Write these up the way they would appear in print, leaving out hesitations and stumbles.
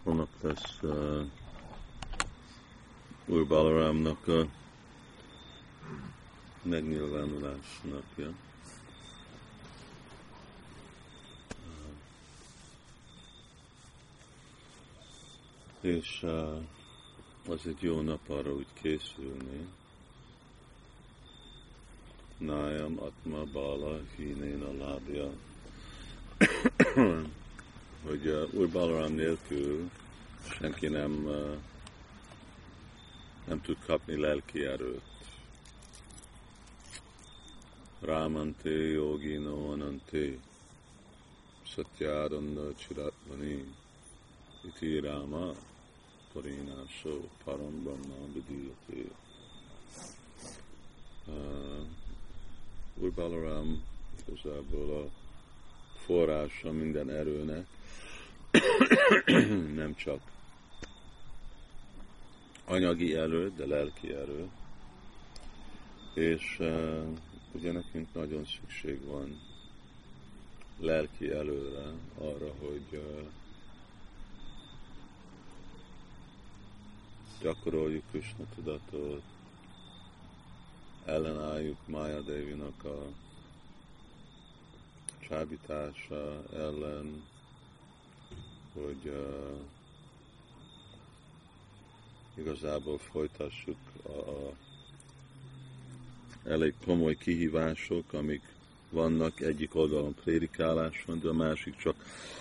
Holnap lesz Úr Balarámnak a megnyilvánulás napja. És az egy jó nap arra úgy készülni. Nájam Atma Bala Hínéna Lábja. Hogy Úr Balarám nélkül senki nem tud kapni lelki erőt. Rámante Yogino Anante Satyáranda Csiratmani Iti Ráma Parináso Param Brahma Vidiyate. Úr Balarám igazából a forrása minden erőnek, nem csak anyagi erő, de lelki erő. És ugye nekünk nagyon szükség van lelki erőre, arra, hogy gyakoroljuk Krishna tudatot, ellenálljuk Mája Devinak a csábítása ellen, hogy igazából folytassuk a elég komoly kihívások, amik vannak egyik oldalon prédikáláson, de a másik csak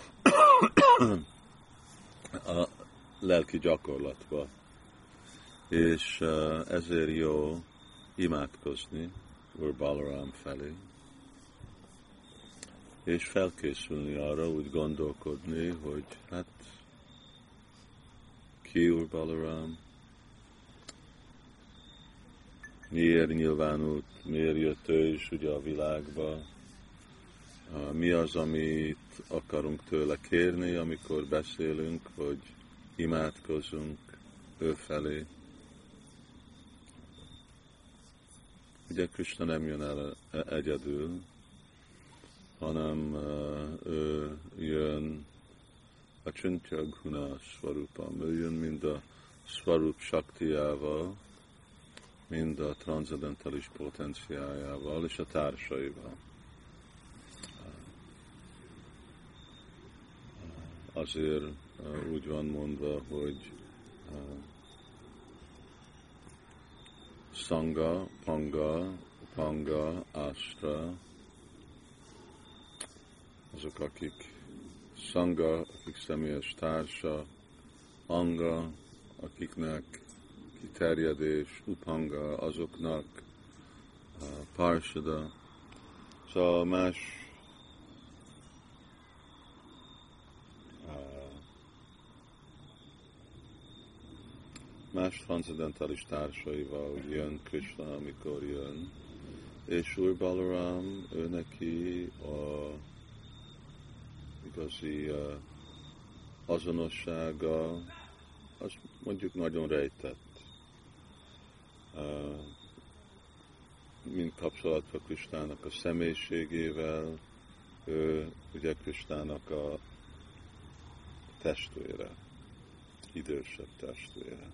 a lelki gyakorlatba. És ezért jó imádkozni Úr Balarám felé, és felkészülni arra, úgy gondolkodni, hogy hát ki Úr Balarám, miért nyilvánult, miért jött ő is ugye a világba, mi az, amit akarunk tőle kérni, amikor beszélünk, hogy imádkozunk ő felé. Ugye Krishna nem jön el egyedül, hanem ő jön a Csintya Guna Svarupam, ő jön mind a Svarup Shaktiával, mind a transzendentális potenciájával és a társaival. Azért úgy van mondva, hogy Sangha, Panga, Upanga, Astra, azok, akik Sangha, akik személyes társa, Anga, akiknek kiterjedés, Upanga, azoknak Parsada. Szóval más transzendentális társaival jön Krishna, amikor jön. És Úr Balarám, ő neki a igazi azonossága, az mondjuk nagyon rejtett. Mint kapcsolatban Krishnának a személyiségével, ő ugye Krishnának a testvére, idősebb testvére.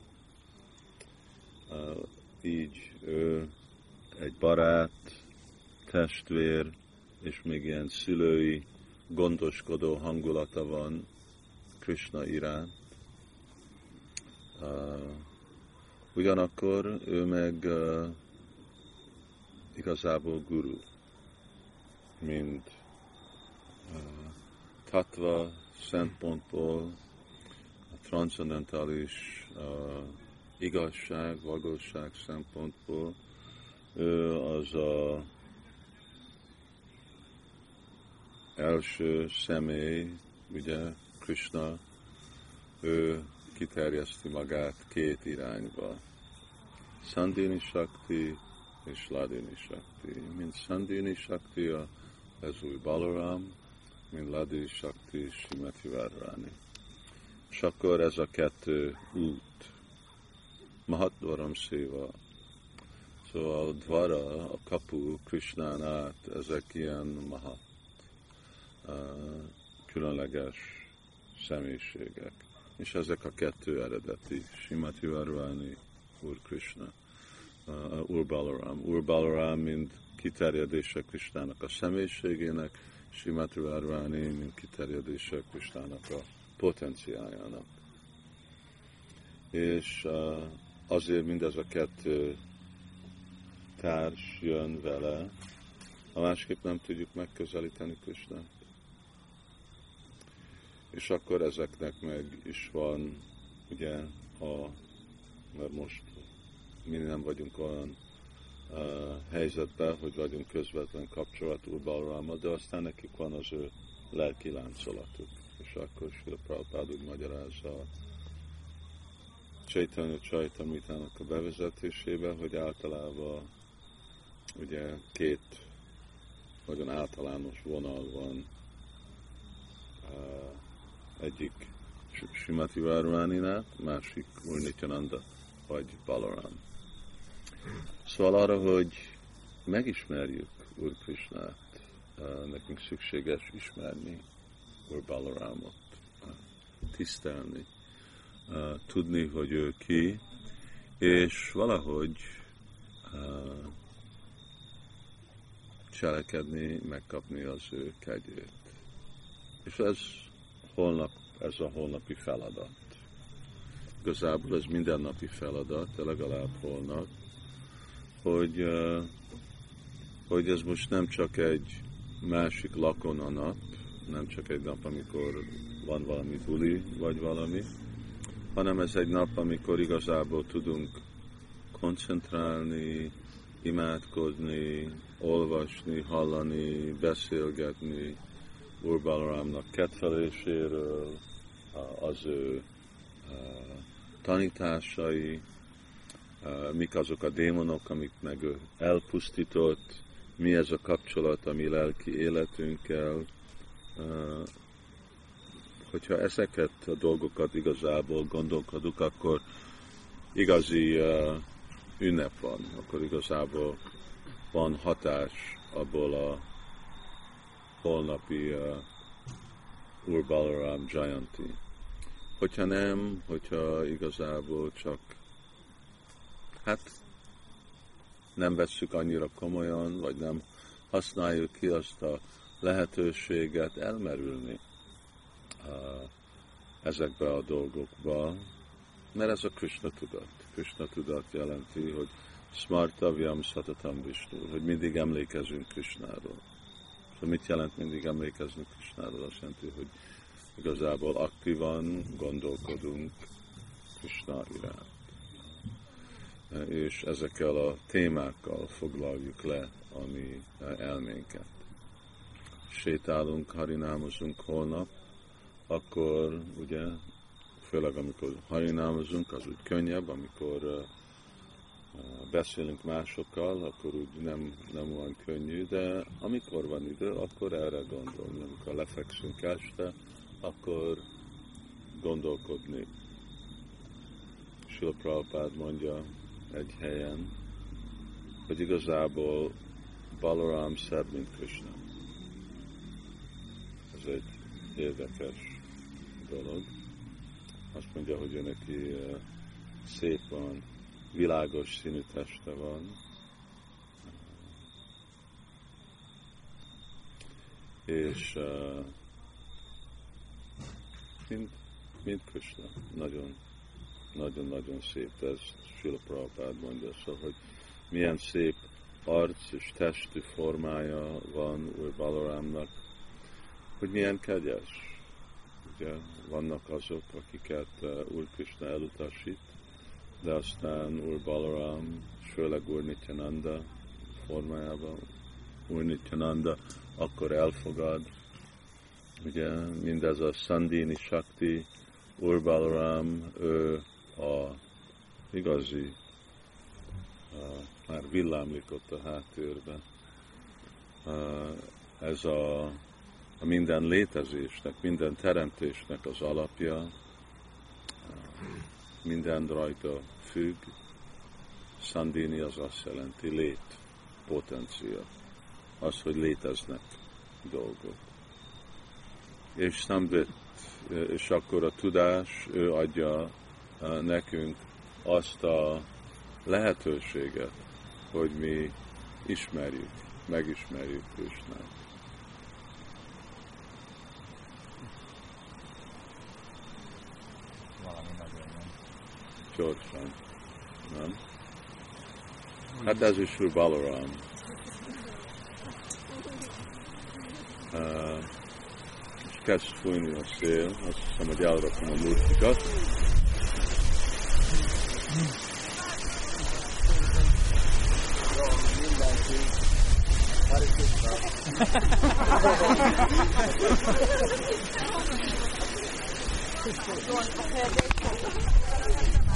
Így ő egy barát, testvér, és még ilyen szülői, gondoskodó hangulata van Krishna iránt. Ugyanakkor ő meg igazából guru, mint tattva szempontból, a transzendentális igazság, valóság szempontból ő az a első személy, ugye Krishna, ő kiterjeszti magát két irányba. Sandhini Shakti és Ladini Shakti. Mint Sandhini Shakti ez Úr Balarám, mint Ladini Shakti Srimati Radharani. És akkor ez a kettő út. Mahatvaram Széva. Szóval a dvara, a kapu Krishnán át, ezek ilyen mahat, különleges személyiségek. és ezek a kettő eredeti, Srimati Radharani, Úr Krishna, Úr Balaram. Úr Balaram, mint kiterjedése Krishnának a személyiségének, Srimati Radharani, mint kiterjedése Krishnának a potenciáljának. És azért mindez a kettő társ jön vele, ha másképp nem tudjuk megközelíteni Krishnát. És akkor ezeknek meg is van, ugye, mert most mi nem vagyunk olyan helyzetben, hogy vagyunk közvetlen kapcsolatú Balarámmal, de aztán nekik van az ő lelki láncolatuk. És akkor Srila Prabhupád úgy magyarázza a Chaitanya Charitamritának a bevezetésébe, hogy általában ugye két nagyon általános vonal van, egyik Srimati Radharani-nál, másik Úr Nityananda vagy Balaram. Szóval arra, hogy megismerjük Úr Krishnát, nekünk szükséges ismerni Úr Balaramot, tisztelni, tudni, hogy ő ki, és valahogy cselekedni, megkapni az ő kegyét. És ez a holnapi feladat. Igazából ez mindennapi feladat, de legalább holnap, hogy ez most nem csak egy másik lakona nap, nem csak egy nap, amikor van valami buli, vagy valami, hanem ez egy nap, amikor igazából tudunk koncentrálni, imádkozni, olvasni, hallani, beszélgetni Úr Balarámnak kedveléséről, az ő tanításai, mik azok a démonok, amik meg ő elpusztított, mi ez a kapcsolat a mi lelki életünkkel. Hogyha ezeket a dolgokat igazából gondolkodunk, akkor igazi ünnep van, akkor igazából van hatás abból a holnapi Úr Balaram Jayanti. Hogyha nem, hogyha igazából csak nem vesszük annyira komolyan, vagy nem használjuk ki azt a lehetőséget elmerülni ezekbe a dolgokba, mert ez a Krishna tudat. Krishna tudat jelenti, hogy Smartavyam Satatam Vishnu, hogy mindig emlékezünk Krishnáról. Szóval mit jelent mindig emlékezni Krishnáról? Azt jelenti, hogy igazából aktívan gondolkodunk Krishna iránt. És ezekkel a témákkal foglaljuk le a mi elménket. Sétálunk, harinámozunk holnap, akkor ugye, főleg amikor harinámozunk, az úgy könnyebb, amikor beszélünk másokkal, akkor úgy nem olyan könnyű, de amikor van idő, akkor erre gondolni. Amikor lefekszünk este, akkor gondolkodni. Srila Prabhupád mondja egy helyen, hogy igazából Balaram szebb, mint Krishna. Ez egy érdekes dolog. Azt mondja, hogy ő neki szép van, világos színű teste van, és mint Krishna, nagyon szép, ez Srila Prabhupád mondja, szóval, hogy milyen szép arc és testi formája van Úr Balarámnak, hogy milyen kegyes. Ugye vannak azok, akiket Úr Krishna elutasít, de aztán Úr Balaram, főleg Úr Nityananda formájában, Úr Nityananda akkor elfogad. Ugye mindez a Sandini Shakti, Úr Balaram, ő a igazi, már villámlik ott a háttérben. Ez a minden létezésnek, minden teremtésnek az alapja, minden rajta függ. Sandini az azt jelenti lét, potencia, az, hogy léteznek dolgok. és Samvit, és akkor a tudás, ő adja nekünk azt a lehetőséget, hogy mi ismerjük, megismerjük Krisnát. Valami nagyon nem. Gyorsan, nem? Hát ez is Sri Balaram. És kezd fújni a szél, azt hiszem, hogy elrakom a múltikat. Mindenki. Hare Krishna.